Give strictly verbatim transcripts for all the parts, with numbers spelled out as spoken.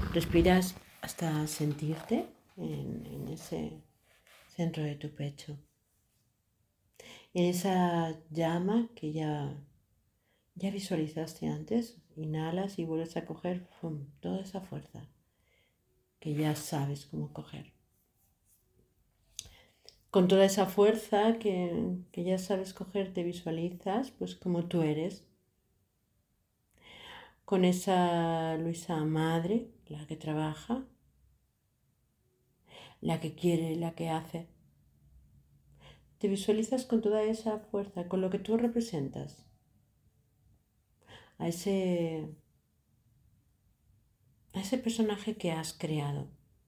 Respiras hasta sentirte en, en ese centro de tu pecho, en esa llama que ya, ya visualizaste antes. Inhalas y vuelves a coger ¡fum!, toda esa fuerza que ya sabes cómo coger. Con toda esa fuerza que, que ya sabes coger, te visualizas pues como tú eres, con esa Luisa madre, la que trabaja, la que quiere, la que hace. Te visualizas con toda esa fuerza, con lo que tú representas, a ese, a ese personaje que has creado.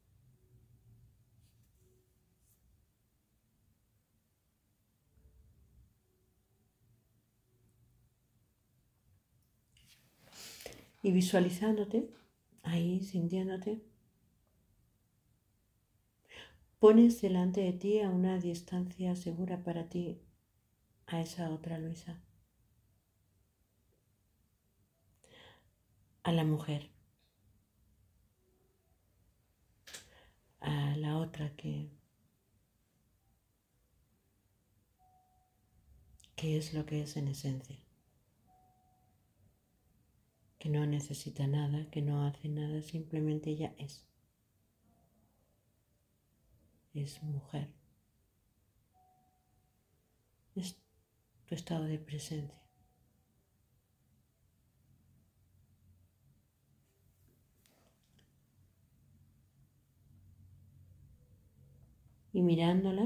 Y visualizándote, ahí sintiéndote, pones delante de ti a una distancia segura para ti a esa otra Luisa, a la mujer, a la otra que, que es lo que es en esencia, que no necesita nada, que no hace nada, simplemente ella es, es mujer, es tu estado de presencia. Y mirándola,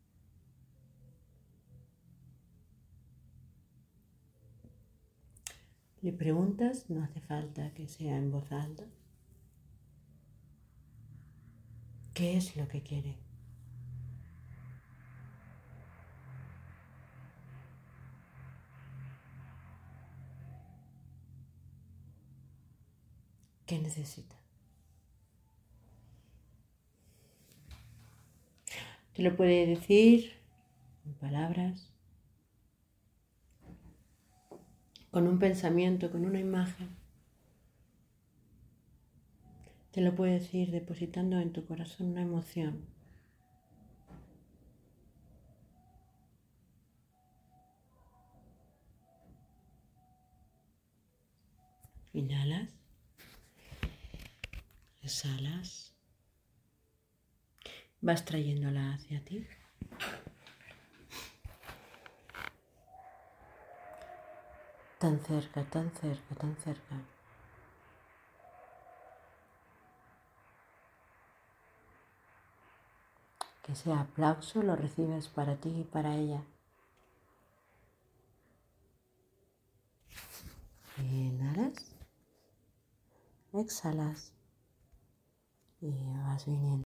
le preguntas, no hace falta que sea en voz alta, ¿qué es lo que quiere? ¿Qué necesita? Te lo puede decir en palabras, con un pensamiento, con una imagen. Te lo puede decir depositando en tu corazón una emoción. Inhalas, exhalas, vas trayéndola hacia ti. Tan cerca, tan cerca, tan cerca. Que ese aplauso lo recibes para ti y para ella. Inhalas, exhalas y vas viniendo.